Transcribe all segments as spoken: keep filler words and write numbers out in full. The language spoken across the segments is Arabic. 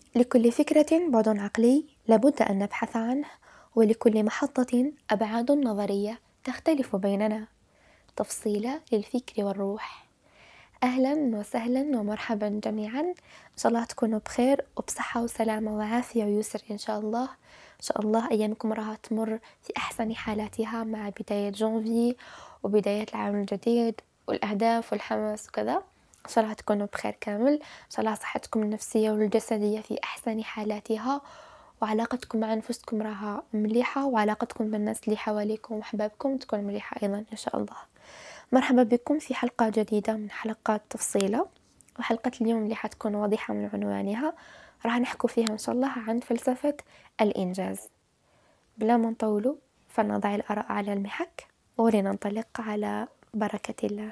لكل فكرة بعد عقلي لابد أن نبحث عنه، ولكل محطة أبعاد نظرية تختلف بيننا، تفصيلة للفكر والروح. أهلا وسهلا ومرحبا جميعا، إن شاء الله تكونوا بخير وبصحة وسلامة وعافية ويسر إن شاء الله. إن شاء الله أيامكم راح تمر في أحسن حالاتها مع بداية جانفي وبداية العام الجديد والأهداف والحماس وكذا. إن شاء الله تكونوا بخير كامل، إن شاء الله صحتكم النفسية والجسدية في أحسن حالاتها، وعلاقتكم مع أنفسكم راها مليحة، وعلاقتكم بالناس اللي حواليكم وأحبابكم تكون مليحة أيضا إن شاء الله. مرحبا بكم في حلقة جديدة من حلقات تفصيلة، وحلقة اليوم اللي حتكون واضحة من عنوانها راح نحكو فيها إن شاء الله عن فلسفة الإنجاز. بلا ما نطولوا فلنضع الآراء على المحك ولننطلق على بركة الله.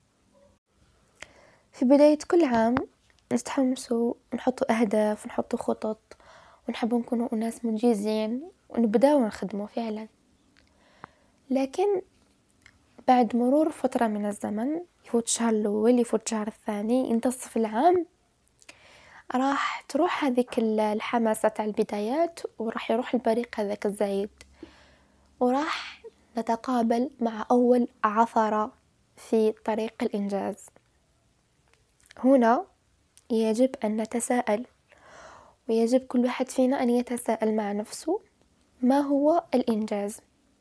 في بداية كل عام نتحمسوا ونحطوا أهداف ونحطوا خطط ونحب نكونوا أناس منجزين ونبدأ ونخدموا فعلا، لكن بعد مرور فترة من الزمن يفوت الشهر الأول يفوت الشهر الثاني ينتصف العام، راح تروح هذيك الحماسة تاع البدايات وراح يروح البريق هذاك الزايد، وراح نتقابل مع أول عثرة في طريق الإنجاز. هنا يجب أن نتساءل، ويجب كل واحد فينا أن يتساءل مع نفسه ما هو الإنجاز؟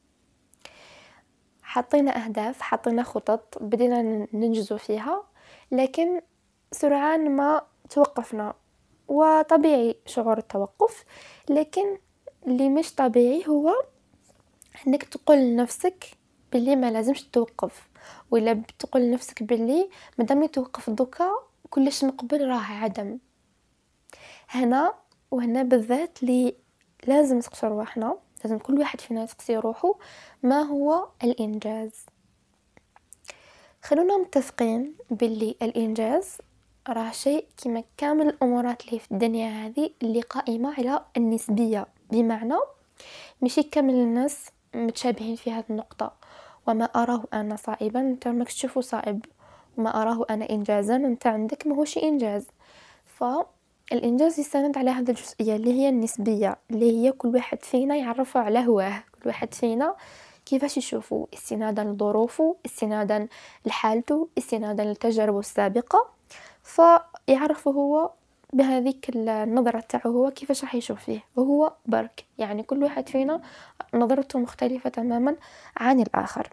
حطينا أهداف، حطينا خطط، بدينا ننجزوا فيها، لكن سرعان ما توقفنا، وطبيعي شعور التوقف، لكن اللي مش طبيعي هو أنك تقول لنفسك باللي ما لازمش توقف، ولا بتقول لنفسك باللي مدامي توقف دوكا كلش مقبل راه عدم. هنا وهنا بالذات اللي لازم نسقسي رواحنا، لازم كل واحد فينا يسقسي روحه ما هو الإنجاز. خلونا متفقين باللي الإنجاز راه شيء كما كامل الأمورات اللي في الدنيا هذه اللي قائمة على النسبية، بمعنى مشي كامل الناس متشابهين في هذه النقطة، وما أراه أنا صائبا أنت ماكش تشوفه صائب، وما أراه أنا إنجازا أنت عندك ماهوش إنجاز. فالإنجاز يستند على هذه الجزئية اللي هي النسبية، اللي هي كل واحد فينا يعرف على هواه، كل واحد فينا كيفاش يشوفه استنادا لظروفه، استنادا لحالته، استنادا لتجاربه السابقة، فيعرف هو بهذيك النظرة تاعه هو كيفاش راح يشوف فيه، وهو برك يعني كل واحد فينا نظرته مختلفة تماما عن الآخر.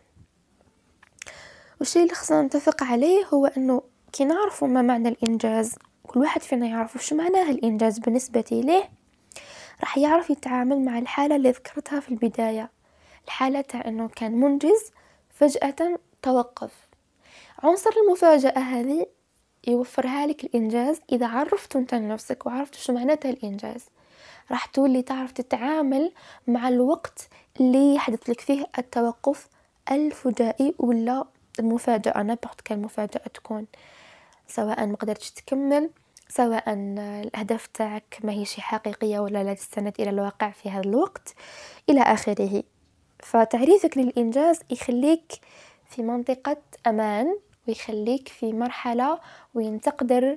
والشيء اللي خصنا نتفق عليه هو أنه كي نعرف ما معنى الإنجاز، كل واحد فينا يعرف شو معناه الإنجاز بالنسبة ليه، راح يعرف يتعامل مع الحالة اللي ذكرتها في البداية، الحالة تاع أنه كان منجز فجأة توقف. عنصر المفاجأة هذه يوفرها لك الإنجاز إذا عرفت أنت لنفسك وعرفت شو معناتها الإنجاز، راح تولي تعرف تتعامل مع الوقت اللي يحدث لك فيه التوقف الفجائي ولا المفاجأة، نبغت كالمفاجأة تكون سواء ما قدرتش تكمل، سواء الأهداف تاعك ما هي شيء حقيقية ولا لا تستند إلى الواقع في هذا الوقت إلى آخره. فتعريفك للإنجاز يخليك في منطقة أمان، ويخليك في مرحلة وين تقدر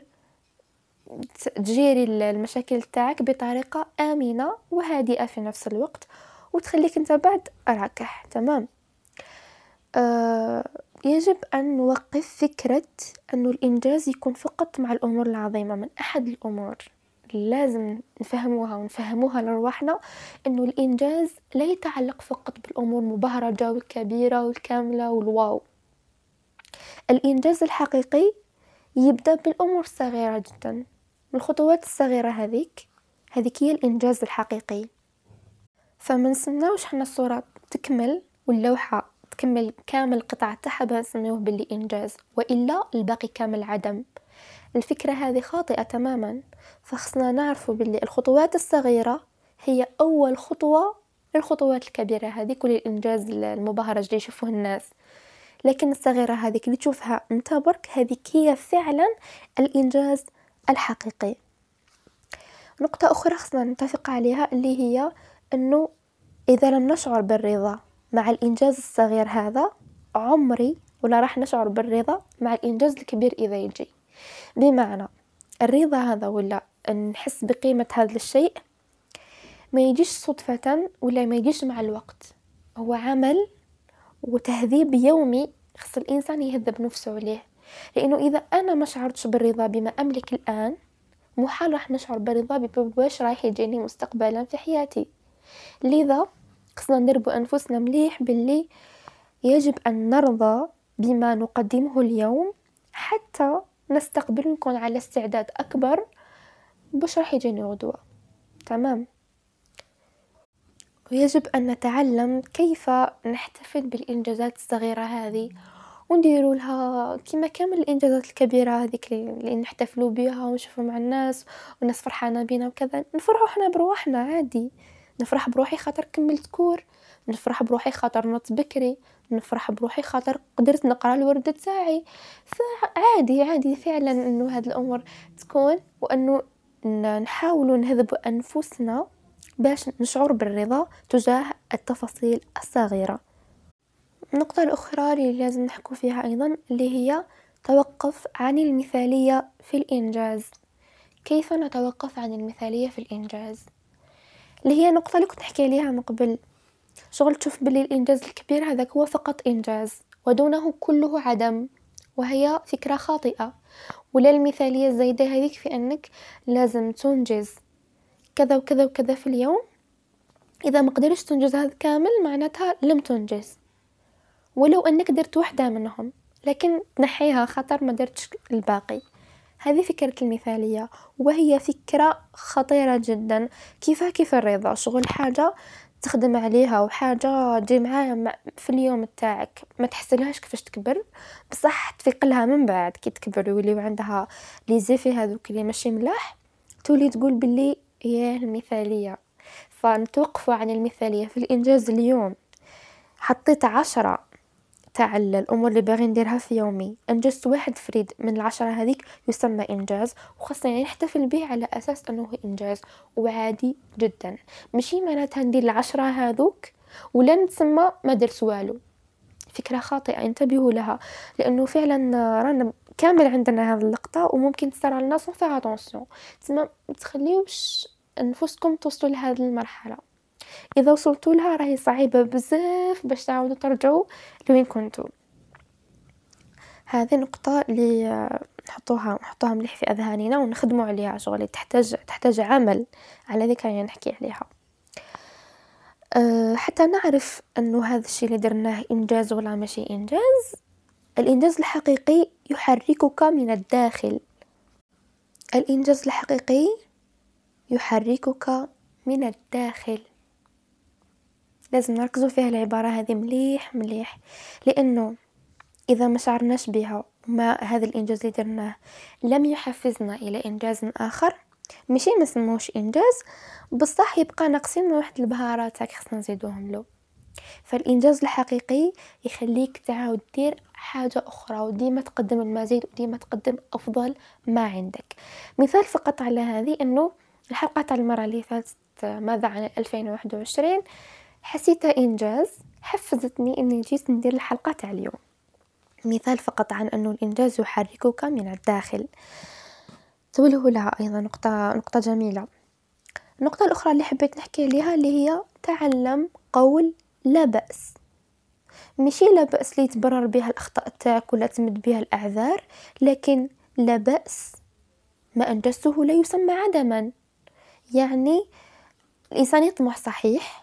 تجيري المشاكل تاعك بطريقة آمنة وهادئة في نفس الوقت، وتخليك انت بعد راكح تمام. آه يجب أن نوقف فكرة أن الإنجاز يكون فقط مع الأمور العظيمة. من أحد الأمور لازم نفهموها ونفهموها لرواحنا أنه الإنجاز لا يتعلق فقط بالأمور المبهرجة والكبيرة والكاملة والواو. الإنجاز الحقيقي يبدأ بالأمور الصغيرة جدا، الخطوات الصغيرة هذيك هذيك هي الإنجاز الحقيقي. فما نسناوش حنا الصورة تكمل واللوحة تكمل كامل قطعة تاعها بنسميوه باللي إنجاز، وإلا الباقي كامل عدم. الفكرة هذه خاطئة تماما، فخصنا نعرفوا باللي الخطوات الصغيرة هي أول خطوة للخطوات الكبيرة هذه كل الإنجاز المبهرج اللي يشوفوه الناس، لكن الصغيرة هذه اللي تشوفها انت برك هذه هي فعلا الإنجاز الحقيقي. نقطة أخرى خصنا نتفق عليها اللي هي أنه إذا لم نشعر بالرضا مع الإنجاز الصغير هذا عمري ولا راح نشعر بالرضا مع الإنجاز الكبير إذا يجي. بمعنى الرضا هذا ولا نحس بقيمة هذا الشيء ما يجيش صدفة ولا ما يجيش مع الوقت، هو عمل وتهذيب يومي خص الإنسان يهذب نفسه عليه. لأنه إذا أنا ما شعرتش بالرضا بما أملك الآن، محال راح نشعر بالرضا بواش رايح يجيني مستقبلا في حياتي. لذا خصنا ندربوا أنفسنا مليح باللي يجب أن نرضى بما نقدمه اليوم حتى نستقبل نكون على استعداد أكبر باش راح يجيني غدوة. تمام. ويجب أن نتعلم كيف نحتفل بالإنجازات الصغيرة هذه ونديروا لها كما كامل الإنجازات الكبيرة هذيك اللي نحتفلوا بها ونشوفوا مع الناس والناس فرحانة بينا وكذا. نفرحوا احنا بروحنا عادي، نفرح بروحي خاطر كملت كور، نفرح بروحي خاطر نط بكري، نفرح بروحي خاطر قدرت نقرأ الورد تاعي. فعادي عادي فعلا انه هذه الامور تكون، وانه نحاولوا نهذبوا انفسنا باش نشعر بالرضا تجاه التفاصيل الصغيرة. النقطة الأخرى اللي لازم نحكو فيها أيضا اللي هي توقف عن المثالية في الإنجاز. كيف نتوقف عن المثالية في الإنجاز؟ اللي هي نقطة اللي كنت نحكي عليها من قبل، شغل تشوف باللي الإنجاز الكبير هذاك هو فقط إنجاز ودونه كله عدم، وهي فكرة خاطئة. ولا المثالية الزايدة هذيك في أنك لازم تنجز كذا وكذا وكذا في اليوم، إذا ما قدرش تنجز هذا كامل معناتها لم تنجز، ولو أنك درت وحدة منهم لكن تنحيها خطر ما درتش الباقي. هذه فكرة المثالية، وهي فكرة خطيرة جدا. كيف كيف الرضا شغل حاجة تخدم عليها وحاجة تجي معاها في اليوم تاعك، ما تحسلهاش كيفاش تكبر، بصح تفيق لها من بعد كي تكبر ويولي عندها لي زيفي هذوك اللي ماشي ملاح، تولي تقول باللي ياه المثالية. فنتوقفوا عن المثالية في الإنجاز. اليوم حطيت عشرة تاع الأمور اللي باغي نديرها في يومي، أنجزت واحد فريد من العشرة هذيك يسمى إنجاز، وخاصة نحتفل به على أساس أنه إنجاز وعادي جدا. ماشي معناتها ندير العشرة هذوك ولا نتسمى ما درت والو، فكرة خاطئة انتبهوا لها. لأنه فعلا رانا كامل عندنا هذه اللقطة وممكن تصير على الناس وفيها أتونسيون. تسمى تخليوش أنفسكم توصلوا لهذه المرحلة، إذا وصلتوا لها راهي صعيبة بزاف باش تعاودوا ترجعوا لوين كنتوا. هذه نقطة اللي نحطوها نحطوها مليح في أذهاننا ونخدموا عليها، شغل تحتاج تحتاج عمل على ذيك اللي نحكي عليها. أه حتى نعرف أنه هذا الشيء اللي درناه إنجاز ولا ماشي إنجاز. الإنجاز الحقيقي يحركك من الداخل. الإنجاز الحقيقي يحركك من الداخل. لازم نركزوا فيها العبارة هذه مليح مليح، لأنه إذا ما شعرناش بها وما هذا الإنجاز اللي درناه لم يحفزنا إلى إنجاز آخر، ماشي ما سموش إنجاز، بصح يبقى ناقصين واحد البهارات هاك خصنا نزيدوهم له. فالإنجاز الحقيقي يخليك تعاود دير حاجة أخرى وديما تقدم المزيد وديما تقدم أفضل ما عندك. مثال فقط على هذه أنه الحلقة تاع المرة اللي فاتت ماذا عن ألفين وواحد وعشرين حسيتها إنجاز، حفزتني أني جيت ندير الحلقة تاع اليوم. مثال فقط عن أنه الإنجاز يحركك من الداخل. توله لها أيضا نقطة نقطة جميلة. النقطة الأخرى اللي حبيت نحكي عليها اللي هي تعلم قول لا بأس. ماشي لا بأس لي تبرر بها الأخطاء تاعك ولا تمد بها الأعذار، لكن لا بأس ما أنجزته لا يسمى عدما. يعني الإنسان يطمح صحيح،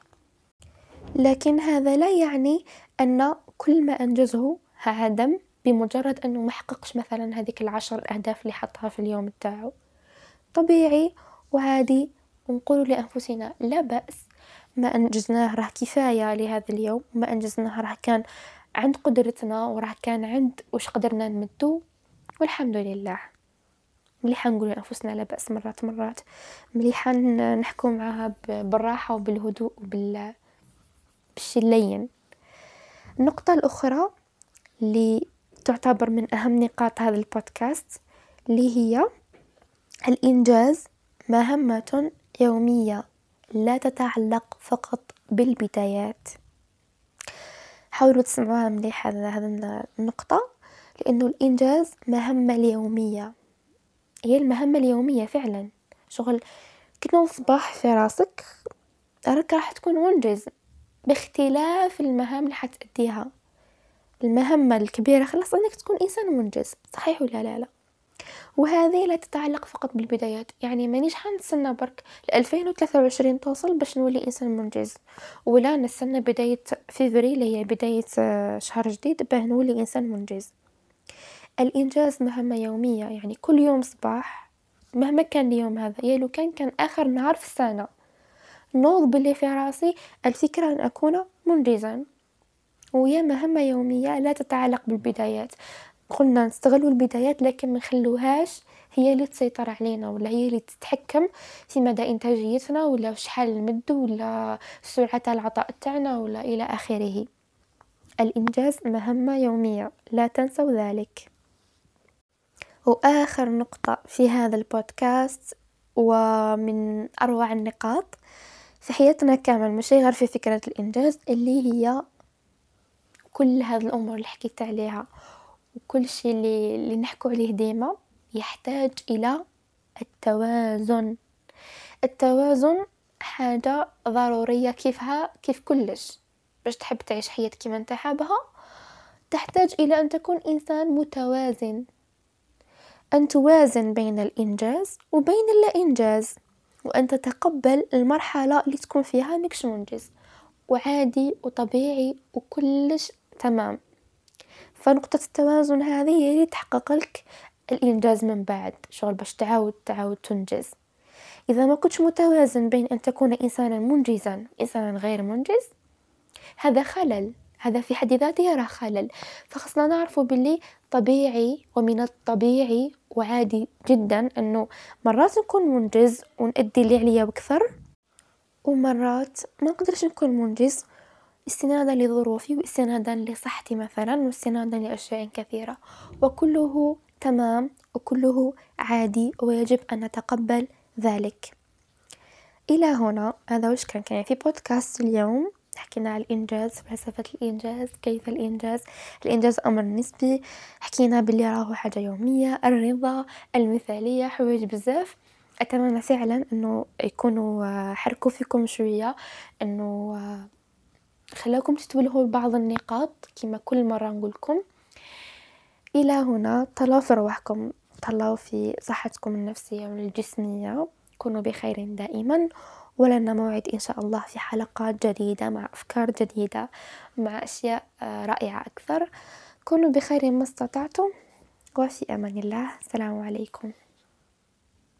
لكن هذا لا يعني أن كل ما أنجزه عدم بمجرد أنه محققش مثلا هذيك العشر الأهداف اللي حطها في اليوم تاعه. طبيعي وعادي ونقول لأنفسنا لا بأس، ما أنجزناه راه كفاية لهذا اليوم، ما أنجزناه راه كان عند قدرتنا وراه كان عند وش قدرنا نمدو، والحمد لله. مليحة نقول لأنفسنا لا بأس مرات مرات، مليحة نحكو معها بالراحة وبالهدوء وبال بالشي اللين. النقطة الأخرى اللي تعتبر من أهم نقاط هذا البودكاست اللي هي الإنجاز مهمة يومية لا تتعلق فقط بالبدايات. حاولوا تسمعوها مليح هذه النقطة، لأنه الإنجاز مهمة اليومية، هي المهمة اليومية فعلا. شغل كي تنوض الصباح في راسك راك راح تكون منجز باختلاف المهام اللي حتأديها. المهمة الكبيرة خلاص انك تكون انسان منجز، صحيح ولا لا لا؟ وهذه لا تتعلق فقط بالبدايات، يعني مانيش حنستنى برك ل ألفين وثلاثة وعشرين توصل باش نولي انسان منجز، ولا نستنى بداية فيفري اللي هي بداية آه، شهر جديد باه نولي انسان منجز. الانجاز مهمة يومية، يعني كل يوم صباح مهما كان اليوم هذا، يا لو كان كان اخر نهار في السنة، نوض باللي في راسي الفكرة ان اكون منجزا. وهي مهمة يومية لا تتعلق بالبدايات. قلنا نستغلوا البدايات لكن ما نخلوهاش هي اللي تسيطر علينا، ولا هي اللي تتحكم في مدى انتاجيتنا، ولا شحال نمد، ولا سرعة العطاء تاعنا، ولا الى اخره. الانجاز مهمة يومية، لا تنسوا ذلك. واخر نقطة في هذا البودكاست ومن اروع النقاط في حياتنا كامل، ماشي غير في فكرة الانجاز، اللي هي كل هذه الامور اللي حكيت عليها وكل شيء اللي, اللي نحكو عليه ديما يحتاج الى التوازن. التوازن حاجة ضرورية كيفها كيف كلش. باش تحب تعيش حياة كيما انت حابها تحتاج الى ان تكون انسان متوازن، ان توازن بين الانجاز وبين اللا انجاز، وان تتقبل المرحلة اللي تكون فيها مكش منجز، وعادي وطبيعي وكلش تمام. فنقطة التوازن هذه هي اللي تحقق لك الإنجاز من بعد، شغل باش تعاود تعاود تنجز. إذا ما كنتش متوازن بين أن تكون إنسانا منجزا وإنسانا غير منجز، هذا خلل، هذا في حد ذاته راه خلل. فخصنا نعرفوا باللي طبيعي ومن الطبيعي وعادي جدا أنه مرات نكون منجز ونأدي اللي عليا بكثر، ومرات ما نقدرش نكون منجز استنادا لظروفي واستنادا لصحتي مثلا، واستنادا لأشياء كثيرة، وكله تمام وكله عادي ويجب أن نتقبل ذلك. إلى هنا هذا وش كان كان في بودكاست اليوم. حكينا على الإنجاز، فلسفة الإنجاز، كيف الإنجاز، الإنجاز أمر نسبي، حكينا باللي راهو حاجة يومية، الرضا، المثالية، حوايج بزاف. أتمنى فعلا أنه يكونوا حركوا فيكم شوية، أنه خلاكم تتولهوا بعض النقاط كما كل مرة نقولكم. إلى هنا طلعوا في رواحكم، طلعوا في صحتكم النفسية والجسمية، كونوا بخير دائما، ولنا موعد إن شاء الله في حلقات جديدة مع أفكار جديدة مع أشياء رائعة أكثر. كونوا بخير ما استطعتم، وفي أمان الله. السلام عليكم.